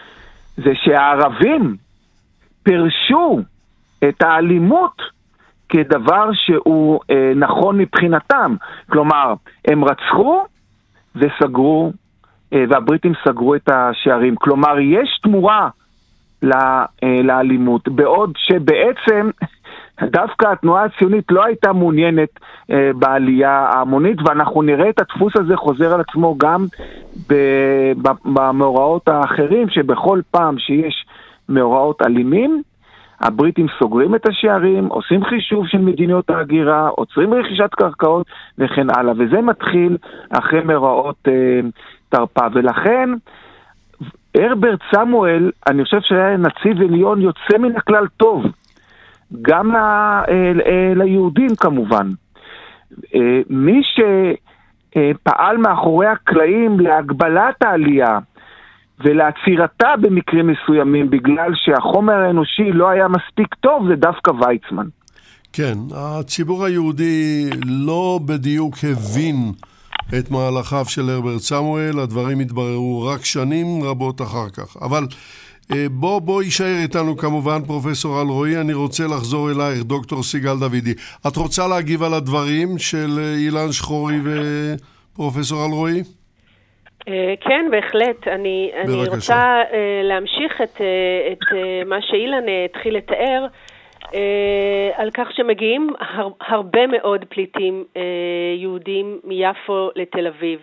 זה שהערבים פרשו את האלימות כדבר שהוא נכון מבחינתם. כלומר, הם רצחו וסגרו, והבריטים סגרו את השערים. כלומר, יש תמורה לאלימות, בעוד שבעצם דווקא התנועה הציונית לא הייתה מעוניינת בעלייה ההמונית, ואנחנו נראה את הדפוס הזה חוזר על עצמו גם במאורעות האחרים, שבכל פעם שיש מאורעות אלימים, הבריטים סוגרים את השערים, עושים חישוב של מדיניות ההגירה, עוצרים רכישת קרקעות וכן הלאה, וזה מתחיל אחרי מאורעות תרפ"א, ולכן הרברט סמואל, אני חושב שהיה נציב עליון יוצא מן הכלל טוב, גם ליהודים כמובן. מי שפעל מאחורי הקלעים להגבלת העלייה ולעצירתה במקרים מסוימים בגלל שהחומר האנושי לא היה מספיק טוב, זה דווקא ויצמן. כן, הציבור היהודי לא בדיוק הבין את מהלכיו של הרברט סמואל, הדברים התבררו רק שנים רבות אחר כך. אבל בוא יישאר איתנו כמובן פרופסור אלרועי, אני רוצה לחזור אלייך, דוקטור סיגל דוידי. את רוצה להגיב על הדברים של אילן שחורי ופרופסור אלרועי? כן, בהחלט. אני רוצה להמשיך את מה שאילן התחיל לתאר, על כך שמגיעים הרבה מאוד פליטים יהודים מיפו לתל אביב.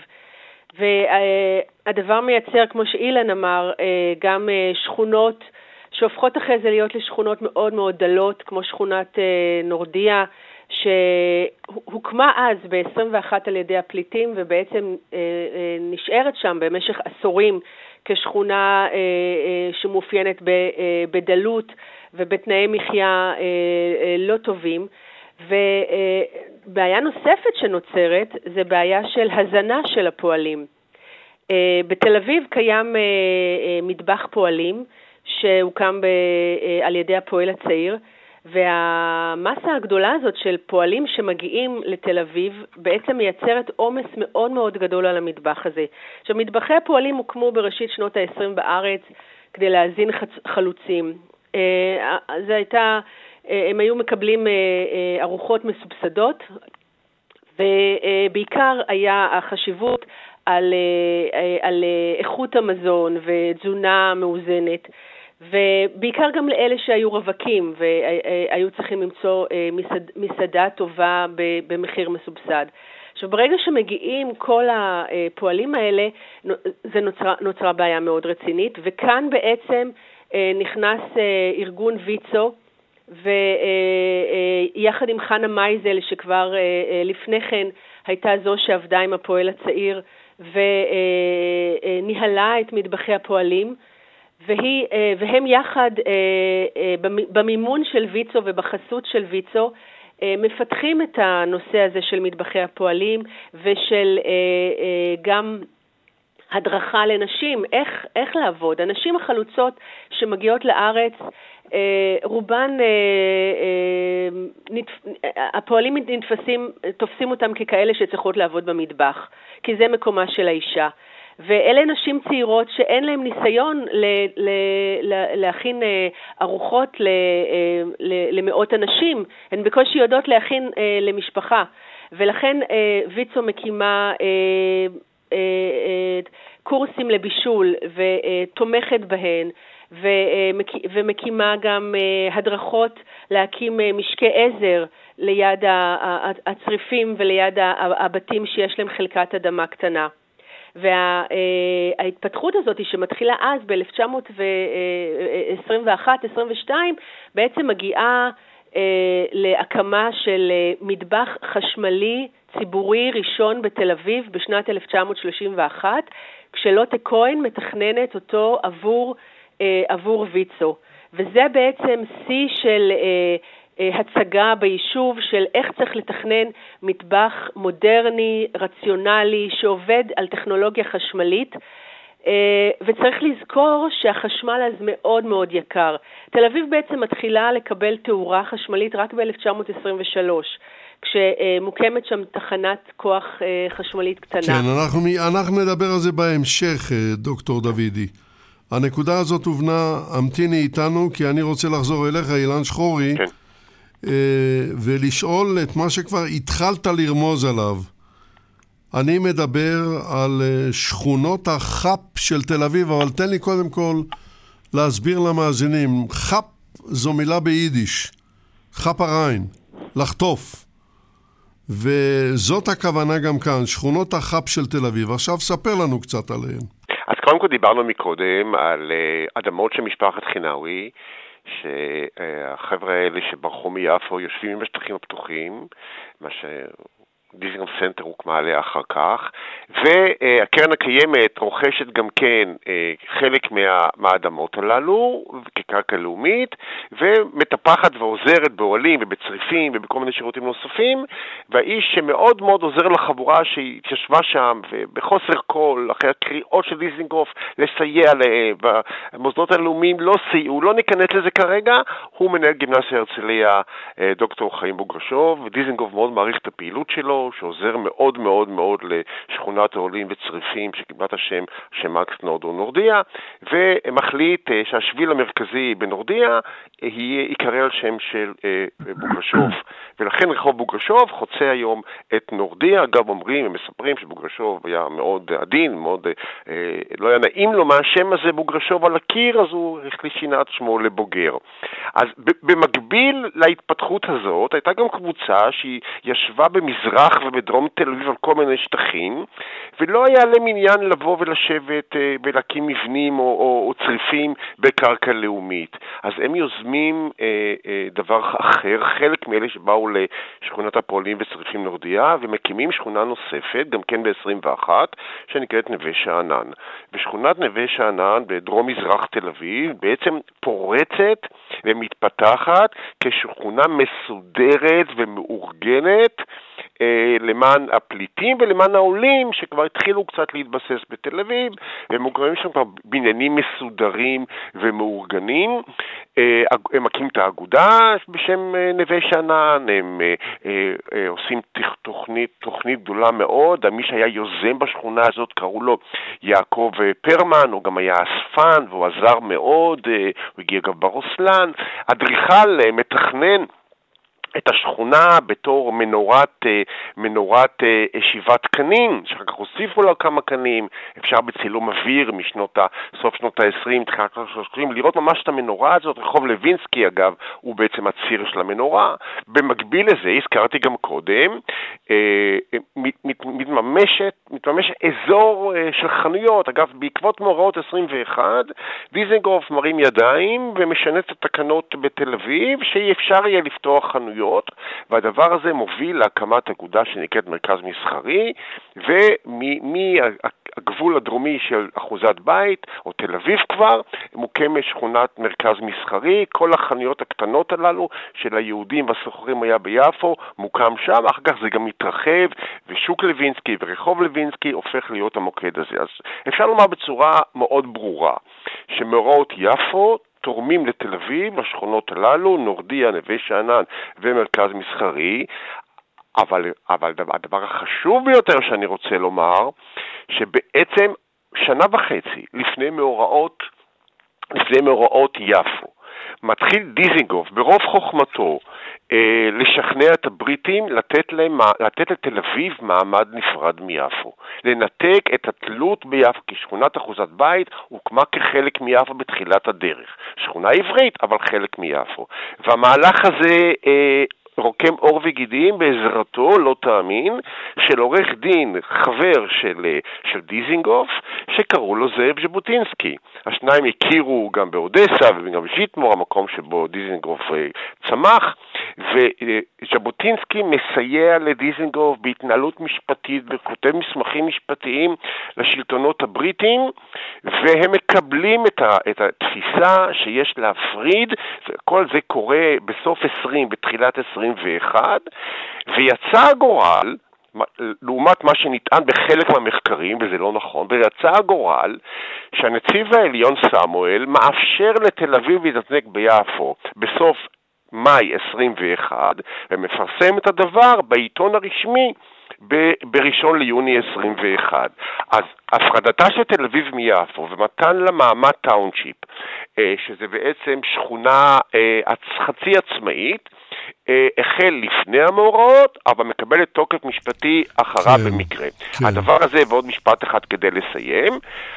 והדבר מייצר, כמו שאילן אמר, גם שכונות שהופכות אחרי זה להיות לשכונות מאוד מאוד דלות, כמו שכונת נורדיה, שהוקמה אז ב-21 על ידי הפליטים, ובעצם נשארת שם במשך עשורים כשכונה שמאופיינת בדלות ובתנאי מחיה לא טובים. ובעיה נוספת שנוצרת זה בעיה של הזנה של הפועלים. בתל אביב קיים מטבח פועלים שהוקם על ידי הפועל הצעיר, והמסה הגדולה הזאת של פועלים שמגיעים לתל אביב בעצם מייצרת עומס מאוד מאוד גדול על המטבח הזה. עכשיו, מטבחי הפועלים הוקמו בראשית שנות ה-20 בארץ כדי להזין חלוצים. הם היו מקבלים ארוחות מסובסדות, ובעיקר היה החשיבות על איכות המזון ותזונה מאוזנת, ובעיקר גם לאלה שהיו רווקים והיו צריכים למצוא מסעדה טובה במחיר מסובסד. עכשיו, ברגע שמגיעים כל הפועלים האלה, נוצרה בעיה מאוד רצינית, וכאן בעצם נכנס ארגון ויצו, ויחד עם חנה מייזל, שכבר לפני כן הייתה זו שעבדה עם הפועל הצעיר וניהלה את מטבחי הפועלים, והם יחד במימון של ויצו ובחסות של ויצו מפתחים את הנושא הזה של מטבחי הפועלים ושל גם הדרכה לנשים, איך לעבוד. הנשים החלוצות שמגיעות לארץ, רובן, הפועלים תופסים אותם ככאלה שצריכות לעבוד במטבח, כי זה מקומה של האישה. ואלה נשים צעירות שאין להם ניסיון להכין ארוחות למאות אנשים, הן בקושי יודעות להכין למשפחה, ולכן ויצו מקימה קורסים לבישול ותומכת בהן, ומקימה גם הדרכות להקים משקי עזר ליד הצריפים וליד הבתים שיש להם חלקת אדמה קטנה. וההתפתחות הזאת שמתחילה אז ב-1921-22 בעצם מגיעה להקמה של מטבח חשמלי ציבורי ראשון בתל אביב בשנת 1931, כשלוטה כהן מתכננת אותו עבור ויצו. וזה בעצם שיא של הצגה ביישוב של איך צריך לתכנן מטבח מודרני, רציונלי, שעובד על טכנולוגיה חשמלית, וצריך לזכור שהחשמל אז מאוד מאוד יקר. תל אביב בעצם מתחילה לקבל תאורה חשמלית רק ב-1923, כשמוקמת שם תחנת כוח חשמלית קטנה. כן, אנחנו נדבר על זה בהמשך, דוקטור דוידי. הנקודה הזאת הובנה, המתיני איתנו, כי אני רוצה לחזור אליך, אילן שחורי. כן. ולשאול את מה שכבר התחלת לרמוז עליו. אני מדבר על שכונות החאפ של תל אביב, אבל תן לי קודם כל להסביר למאזינים. חאפ זו מילה ביידיש, חאפ הריין, לחטוף. וזאת הכוונה גם כאן, שכונות החאפ של תל אביב. עכשיו ספר לנו קצת עליהן. אז קודם כל דיברנו מקודם על אדמות של משפחת חינאווי, שהחבר'ה האלה שברחו מיפו יושבים עם השטחים הפתוחים, מה דיזינגוף סנטר הוקמה עליה אחר כך, והקרן הקיימת רוכשת גם כן חלק מהאדמות הללו כקרקע לאומית, ומטפחת ועוזרת באוהלים ובצריפים ובכל מיני שירותים נוספים, והאיש שמאוד מאוד עוזר לחבורה שהתיישבה שם, ובחוסר כל, אחרי הקריאות של דיזינגוף, לסייע להם, והמוסדות הלאומיים לא סייעו, לא ניכנס לזה כרגע, הוא מנהל גימנסיה הרצליה, דוקטור חיים בוגרשוב, ודיזינגוף מאוד מעריך את הפעילות שלו, שעוזר מאוד מאוד מאוד לשכונת העולים וצריפים שקיבלה את השם שמקס נורדו נורדיה, ומחליט שהשביל המרכזי בנורדיה ייקרא על שם של בוגרשוב, ולכן רחוב בוגרשוב חוצה היום את נורדיה. אגב, אומרים ומספרים שבוגרשוב היה מאוד עדין, מאוד לא היה נעים לו מהשם הזה בוגרשוב על הקיר, אז הוא החליט שינה את שמו לבוגר. אז במקביל להתפתחות הזאת הייתה גם קבוצה שהיא ישבה במזרח ובדרום תל אביב על כל מיני שטחים, ולא היה להם עניין לבוא ולשבת ולהקים מבנים או צריפים בקרקע לאומית. אז הם יוזמים דבר אחר, חלק מאלה שבאו לשכונת הפועלים וצריפים נורדיה, ומקימים שכונה נוספת, גם כן ב-21, שנקראת נווה שאנן. ושכונת נווה שאנן בדרום מזרח תל אביב בעצם פורצת ומתפתחת כשכונה מסודרת ומאורגנת למען הפליטים ולמען העולים שכבר התחילו קצת להתבסס בתל אביב, והם מוקמים שם כבר בניינים מסודרים ומאורגנים. הם מקים את האגודה בשם נווה שאנן, הם עושים תוכנית גדולה מאוד. מי שהיה יוזם בשכונה הזאת קראו לו יעקב פרמן, הוא גם היה אספן והוא עזר מאוד, הוא הגיע גם ברוסלן. אדריכל מתכנן את השכונה בתור מנורת שיבת קנים, שאחר כך הוסיפו לה כמה קנים, אפשר בצילום אוויר סוף שנות ה-20, תחילת ה-30, לראות ממש את המנורה הזאת. רחוב לוינסקי אגב הוא בעצם הציר של המנורה. במקביל לזה, הזכרתי גם קודם, מתממש אזור של חנויות. אגב, בעקבות מאורעות 21, דיזנגוף מרים ידיים ומשנה את התקנות בתל אביב, שאי אפשר יהיה לפתוח חנויות, והדבר הזה מוביל להקמת אגודה שנקראת מרכז מסחרי, ומהגבול הדרומי של אחוזת בית, או תל אביב כבר, מוקמת שכונת מרכז מסחרי. כל החנויות הקטנות הללו של היהודים והסוחרים היה ביפו, מוקם שם. אחר כך זה גם מתרחב, ושוק לוינסקי ורחוב לוינסקי הופך להיות המוקד הזה. אז אפשר לומר בצורה מאוד ברורה, שמאורעות יפו תורמים לתל אביב, לשכונות הללו, נורדיה, נווה שאנן ומרכז מסחרי. אבל הדבר החשוב ביותר שאני רוצה לומר, שבעצם שנה וחצי לפני מאורעות יפו, מתחיל דיזינגוף ברוב חוכמתו לשכנע את הבריטים לתת לתל אביב מעמד נפרד מיפו, לנתק את התלות ביפו, כי שכונת אחוזת בית הוקמה כחלק מיפו בתחילת הדרך, שכונה עברית אבל חלק מיפו, והמהלך הזה רוקם אור וגידים בעזרתו, לא תאמין, של עורך דין חבר של דיזינגוף, שקראו לו זאב ז'בוטינסקי. השניים הכירו גם באודסה וגם ז'יטמור, המקום שבו דיזינגוף צמח, וז'בוטינסקי מסייע לדיזינגוף בהתנהלות משפטית וכותב מסמכים משפטיים לשלטונות הבריטים, והם מקבלים את התפיסה שיש להפריד. כל זה קורה בסוף 20, בתחילת 21, ויצא הגורל, לעומת מה שנטען בחלק מהמחקרים, וזה לא נכון, ויצא הגורל שהנציב העליון סמואל מאפשר לתל אביב להתנתק ביפו בסוף מאי 21, ומפרסם את הדבר בעיתון הרשמי בראשון ליוני 21. אז הפרדתה של תל אביב מיפו ומתן לה מעמד טאונשיפ, שזה בעצם שכונה חצי עצמאית, החל לפני המאורעות, אבל מקבל את תוקף משפטי אחריו במקרה. הדבר הזה, ועוד משפט אחד כדי לסיים,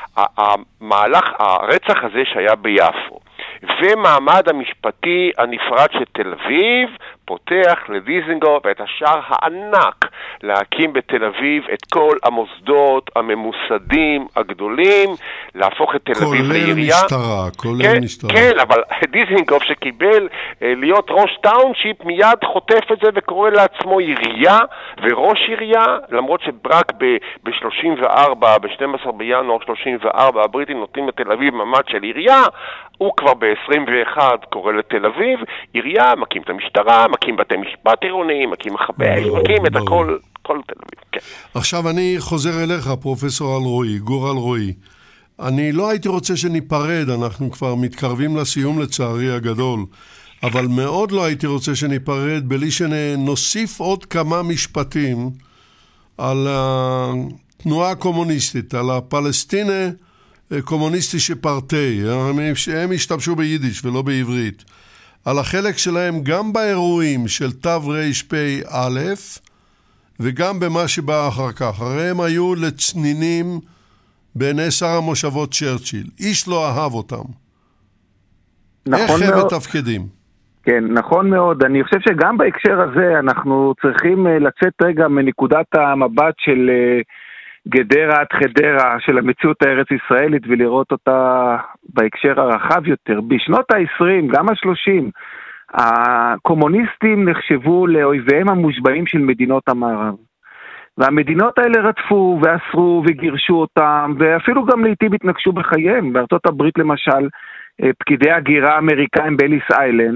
הרצח הזה שהיה ביפו, ומעמד המשפטי הנפרד של תל אביב, פותח לדיזנגוף את השער הענק להקים בתל אביב את כל המוסדות הממוסדים הגדולים, להפוך את תל אביב לעירייה. כולל משטרה. כן, אבל דיזנגוף שקיבל להיות ראש טאונשיפ מיד חוטף את זה וקורא לעצמו עירייה וראש עירייה, למרות שברק ב-34, ב-12 בינואר 34, הבריטים נותנים לתל אביב מעמד של עירייה, הוא כבר ב-21 קורא לתל אביב עירייה, מקים את המשטרה, מקים בתי משפט עירוניים, מקים מחבאי, מקים את הכל, כל תל אביב, כן. עכשיו אני חוזר אליך, פרופסור אלרועי, גור אלרועי. אני לא הייתי רוצה שניפרד, אנחנו כבר מתקרבים לסיום לצערי הגדול, אבל מאוד לא הייתי רוצה שניפרד בלי שנוסיף עוד כמה משפטים על התנועה הקומוניסטית, על הפלסטינה קומוניסטי שפרטי, הם השתמשו ביידיש ולא בעברית, על החלק שלהם גם באירועים של תרפ"א וגם במה שבא אחר כך. הרי הם היו לצנינים בעיני שר המושבות צ'רצ'יל. איש לא אהב אותם. נכון איך הם מאוד. מתפקדים? כן, נכון מאוד. אני חושב שגם בהקשר הזה אנחנו צריכים לצאת רגע מנקודת המבט של גדרה עד חדרה של המציאות הארץ ישראלית ולראות אותה בהקשר הרחב יותר. בשנות ה-20, גם ה-30, הקומוניסטים נחשבו לאויביהם המושבעים של מדינות המערב. והמדינות האלה רדפו ואסרו וגירשו אותם, ואפילו גם לעתים התנגשו בחייהם. בארצות הברית למשל, פקידי הגירה האמריקאים באליס איילנד,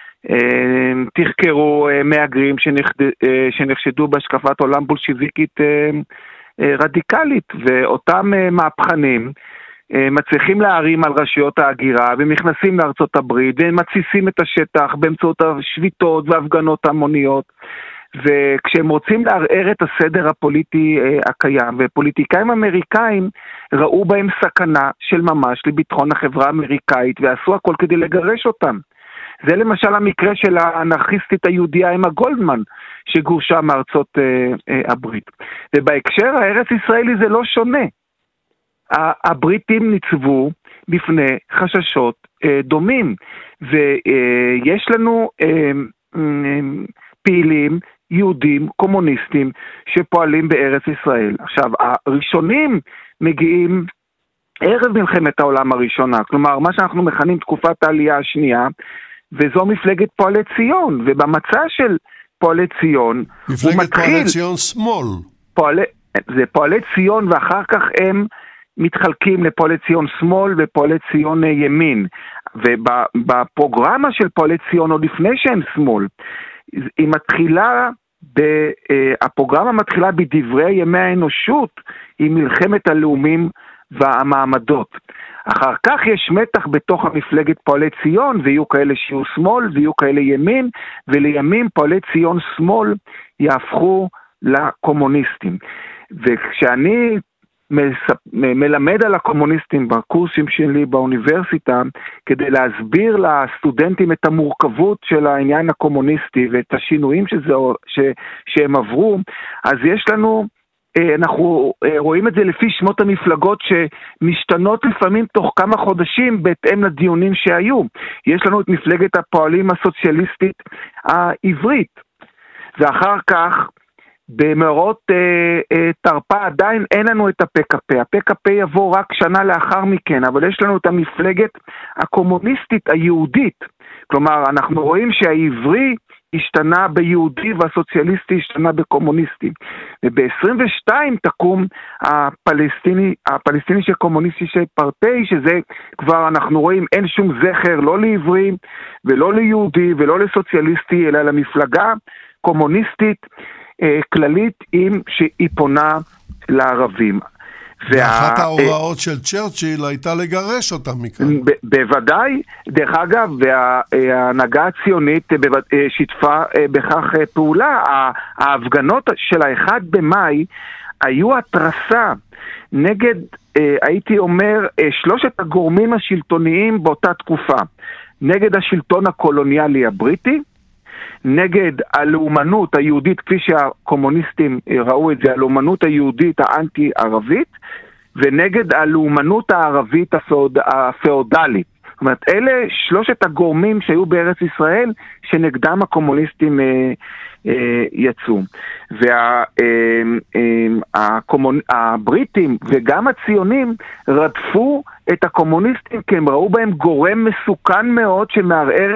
תחקרו מהגרים שנחשדו בהשקפת עולם בולשיביקית רדיקלית, ואותם מהפכנים מצליחים להרים על רשויות ההגירה ומכנסים לארצות הברית ומתסיסים את השטח באמצעות השביתות והפגנות המוניות, וכשהם רוצים לערער את הסדר הפוליטי הקיים, ופוליטיקאים אמריקאים ראו בהם סכנה של ממש לביטחון החברה האמריקאית ועשו הכל כדי לגרש אותם. זה למשל המקרה של האנרכיסטית היהודיה אמה גולדמן שגורשה מארצות הברית. ובהקשר הארץ ישראלי זה לא שונה. הבריטים ניצבו בפני חששות דומים, ויש לנו פעילים יהודים קומוניסטים שפועלים בארץ ישראל. עכשיו, הראשונים מגיעים ערב מלחמת העולם הראשונה, כלומר מה שאנחנו מכנים תקופת העלייה השנייה, וזו מפלגת פועלי ציון, ובמצע של פועלי ציון מפלגת פועלי ציון שמאל. זה פועלי ציון, ואחר כך הם מתחלקים לפועלי ציון שמאל ופועלי ציון ימין, ובפרוגרמה של פועלי ציון עוד לפני שהם שמאל, היא מתחילה, הפרוגרמה מתחילה בדברי ימי האנושות, היא מלחמת הלאומים והמעמדות. אחר כך יש מתח בתוך המפלגת פועלי ציון, ויהיו כאלה שיהיו שמאל, ויהיו כאלה ימין, ולימים פועלי ציון שמאל יהפכו לקומוניסטים. וכשאני מלמד על הקומוניסטים בקורסים שלי באוניברסיטה, כדי להסביר לסטודנטים את המורכבות של העניין הקומוניסטי, ואת השינויים שהם עברו, אז יש לנו, אנחנו רואים את זה לפי שמות המפלגות שמשתנות לפעמים תוך כמה חודשים בהתאם לדיונים שהיו. יש לנו את מפלגת הפועלים הסוציאליסטית העברית, ואחר כך במאורעות תרפ"א עדיין אין לנו את ה-PKP. ה-PKP יבוא רק שנה לאחר מכן, אבל יש לנו את המפלגת הקומוניסטית היהודית. כלומר, אנחנו רואים שהעברי השתנה ביהודי והסוציאליסטי השתנה בקומוניסטי. וב-22 תקום הפלסטיני שקומוניסטי שפרטי, שזה כבר אנחנו רואים אין שום זכר לא לעברי ולא ליהודי ולא לסוציאליסטי, אלא למפלגה קומוניסטית כללית שהיא פונה לערבים. ואחת ההוראות של צ'רצ'יל הייתה לגרש אותם מכאן. בוודאי, דרך אגב, וההנהגה הציונית שיתפה בכך פעולה. ההפגנות של ה-1 במאי היו התרסה נגד, הייתי אומר, שלושת הגורמים השלטוניים באותה תקופה. נגד השלטון הקולוניאלי הבריטי, נגד הלאומנות היהודית, כפי שהקומוניסטים ראו את זה, הלאומנות היהודית האנטי-ערבית, ונגד הלאומנות הערבית הפאודלית. זאת אומרת, אלה שלושת הגורמים שהיו בארץ ישראל, שנגדם הקומוניסטים יצאו. והבריטים וגם הציונים רדפו את הקומוניסטים, כי הם ראו בהם גורם מסוכן מאוד שמערער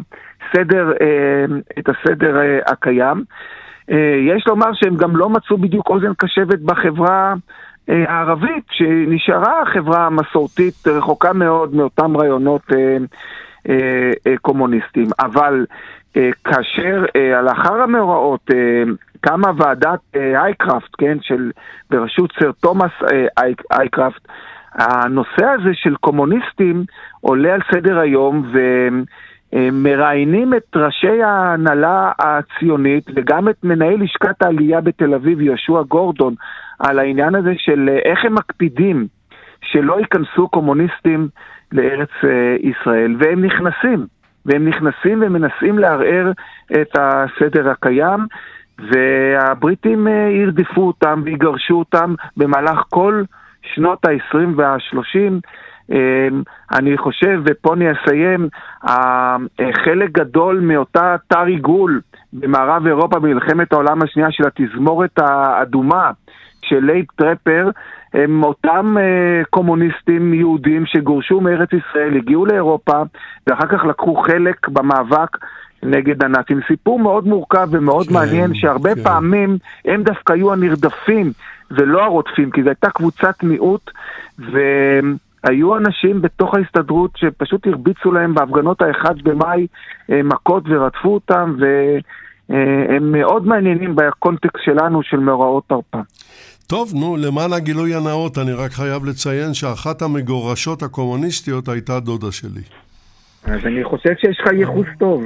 את הסדר הקיים. יש לומר שהם גם לא מצאו בדיוק אוזן קשבת בחברה הערבית, שנשארה חברה מסורתית רחוקה מאוד מאותם רעיונות קומוניסטים. אבל כאשר לאחר המאורעות קמה ועדת אייקראפט, כן, בראשות סר תומאס אייקראפט, הנושא הזה של קומוניסטים עולה על סדר היום, ומראיינים את ראשי ההנהלה הציונית וגם את מנהל לשכת העלייה בתל אביב יהושע גורדון על העניין הזה של איך הם מקפידים שלא ייכנסו קומוניסטים לארץ ישראל, והם נכנסים ומנסים לערער את הסדר הקיים, והבריטים ירדפו אותם ויגרשו אותם במהלך כל שנות ה-20 וה-30. אני חושב, ופה אני אסיים, חלק גדול מאותה תר עיגול במערב אירופה במלחמת העולם השנייה של התזמורת האדומה של לייב טרפר, הם אותם קומוניסטים יהודים שגורשו מארץ ישראל, הגיעו לאירופה, ואחר כך לקחו חלק במאבק נגד הנאצים. סיפור מאוד מורכב ומאוד מעניין, שהרבה פעמים הם דווקא היו הנרדפים ולא הרודפים, כי זו הייתה קבוצת מיעוט, והיו אנשים בתוך ההסתדרות שפשוט הרביצו להם בהפגנות ה-1 במאי מכות ורדפו אותם, והם מאוד מעניינים בקונטקסט שלנו של מאורעות תרפ"א. טוב, למען הגילוי הנאות, אני רק חייב לציין שאחת המגורשות הקומוניסטיות הייתה דודה שלי. אז אני חושב שיש לך ייחוס טוב.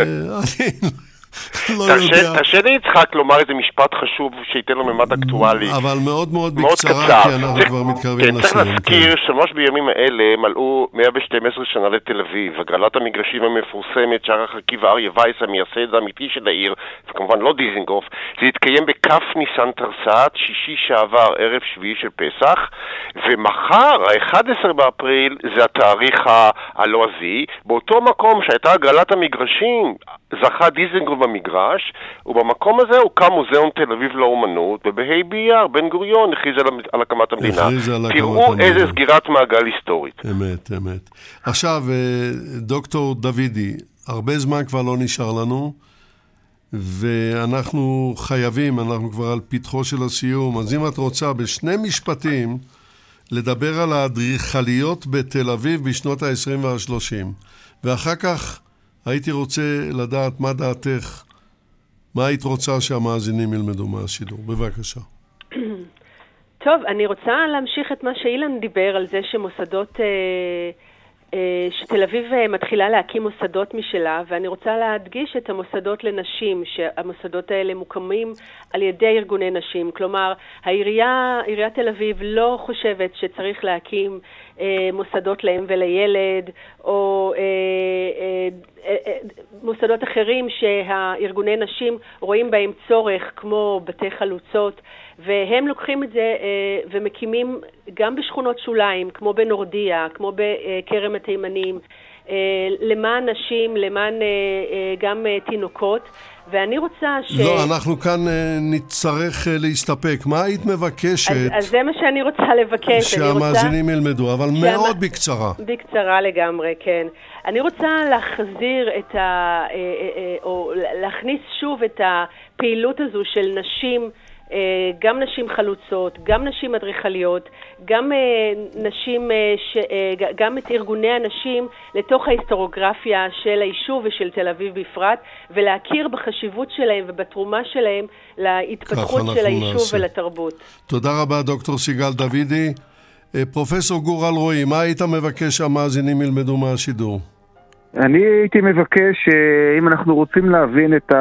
תרשה לי יצחק לומר איזה משפט חשוב שייתן לו ממד אקטואלי. אבל מאוד מאוד בקצרה, כי אנחנו כבר מתקרבים לסיום. צריך להזכיר שממש בימים האלה מלאו 112 שנה לתל אביב. הגרלת המגרשים המפורסמת שערך עקיבא אריה וייס, המייסד האמיתי של העיר, וכמובן לא דיזנגוף, זה התקיים בכף ניסן תרס"ט, שישי שעבר, ערב שביעי של פסח, ומחר, ה-11 באפריל, זה התאריך הלועזי. באותו מקום שהייתה הגרלת המגרשים, זכה דיזנגוף במגרש, ובמקום הזה הוקם מוזיאון תל אביב לאומנות, ובהי באייר בן גוריון הכריז על הקמת המדינה. תראו איזה סגירת מעגל היסטורית. אמת. עכשיו, דוקטור דוידי, הרבה זמן כבר לא נשאר לנו, ואנחנו חייבים, אנחנו כבר על פתחו של הסיום, אז אם את רוצה בשני משפטים לדבר על האדריכליות בתל אביב בשנות ה-20 וה-30, ואחר כך הייתי רוצה לדעת מה דעתך, מה היית רוצה שהמאזינים ילמדו מהשידור. בבקשה. טוב, אני רוצה להמשיך את מה שאילן דיבר על זה שמוסדות, שתל אביב מתחילה להקים מוסדות משלה, ואני רוצה להדגיש את המוסדות לנשים, שהמוסדות האלה מוקמים על ידי ארגוני נשים. כלומר, עיריית תל אביב לא חושבת שצריך להקים מוסדות לאם ולילד, או מוסדות אחרים שהארגוני נשים רואים בהם צורך, כמו בתי חלוצות, והם לוקחים את זה ומקימים גם בשכונות שוליים, כמו בנורדיה, כמו בכרם התימנים, למען נשים, למען גם תינוקות. ואני רוצה לא, אנחנו כאן נצטרך להסתפק. מה היית מבקשת? אז זה מה שאני רוצה לבקש. שהמאזינים ילמדו, אבל מאוד בקצרה. בקצרה לגמרי, כן. אני רוצה להחזיר או להכניס שוב את הפעילות הזו של נשים, גם נשים חלוצות, גם נשים אדריכליות, גם נשים, גם את ארגוני הנשים לתוך ההיסטוריוגרפיה של היישוב ושל תל אביב בפרט, ולהכיר בחשיבות שלהם ובתרומה שלהם להתפתחות של היישוב ולתרבות. תודה רבה דוקטור סיגל דוידי. פרופסור גור אלרועי, מה היית מבקש שהמאזינים ילמדו מהשידור? אני הייתי מבקש, אם אנחנו רוצים להבין את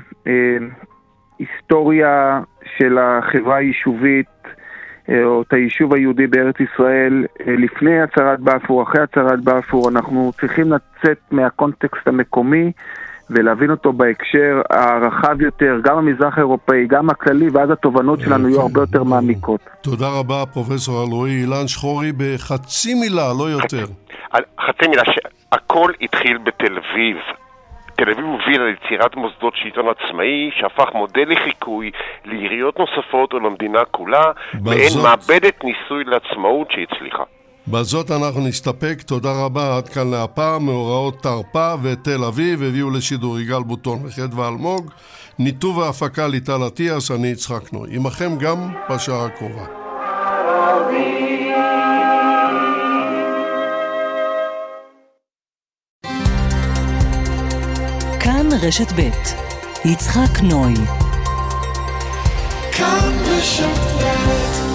ההיסטוריה של החברה היישובית, או את היישוב היהודי בארץ ישראל, לפני הצהרת בלפור, אחרי הצהרת בלפור, אנחנו צריכים לצאת מהקונטקסט המקומי, ולהבין אותו בהקשר הרחב יותר, גם המזרח האירופאי, גם הכללי, ואז התובנות שלנו יהיו הרבה יותר מעמיקות. תודה רבה, פרופסור אלרועי. אילן שחורי, בחצי מילה, לא יותר. חצי מילה, שהכל התחיל בתל אביב. תל אביב הובילה ליצירת מוסדות שלטון עצמאי, שהפך מודל לחיקוי לעיריות נוספות או למדינה כולה, ואין מאבדת ניסוי לעצמאות שהצליחה. בזאת אנחנו נסתפק. תודה רבה. עד כאן להפעם. מאורעות תרפ"א ותל אביב הביאו לשידור יגאל בוטון וחדווה אלמוג. ניתוב והפקה ליטל אטיאס. אני יצחק נוי. עמכם גם בשעה הקרובה. כאן רשת ב' יצחק נוי. כאן רשת ב'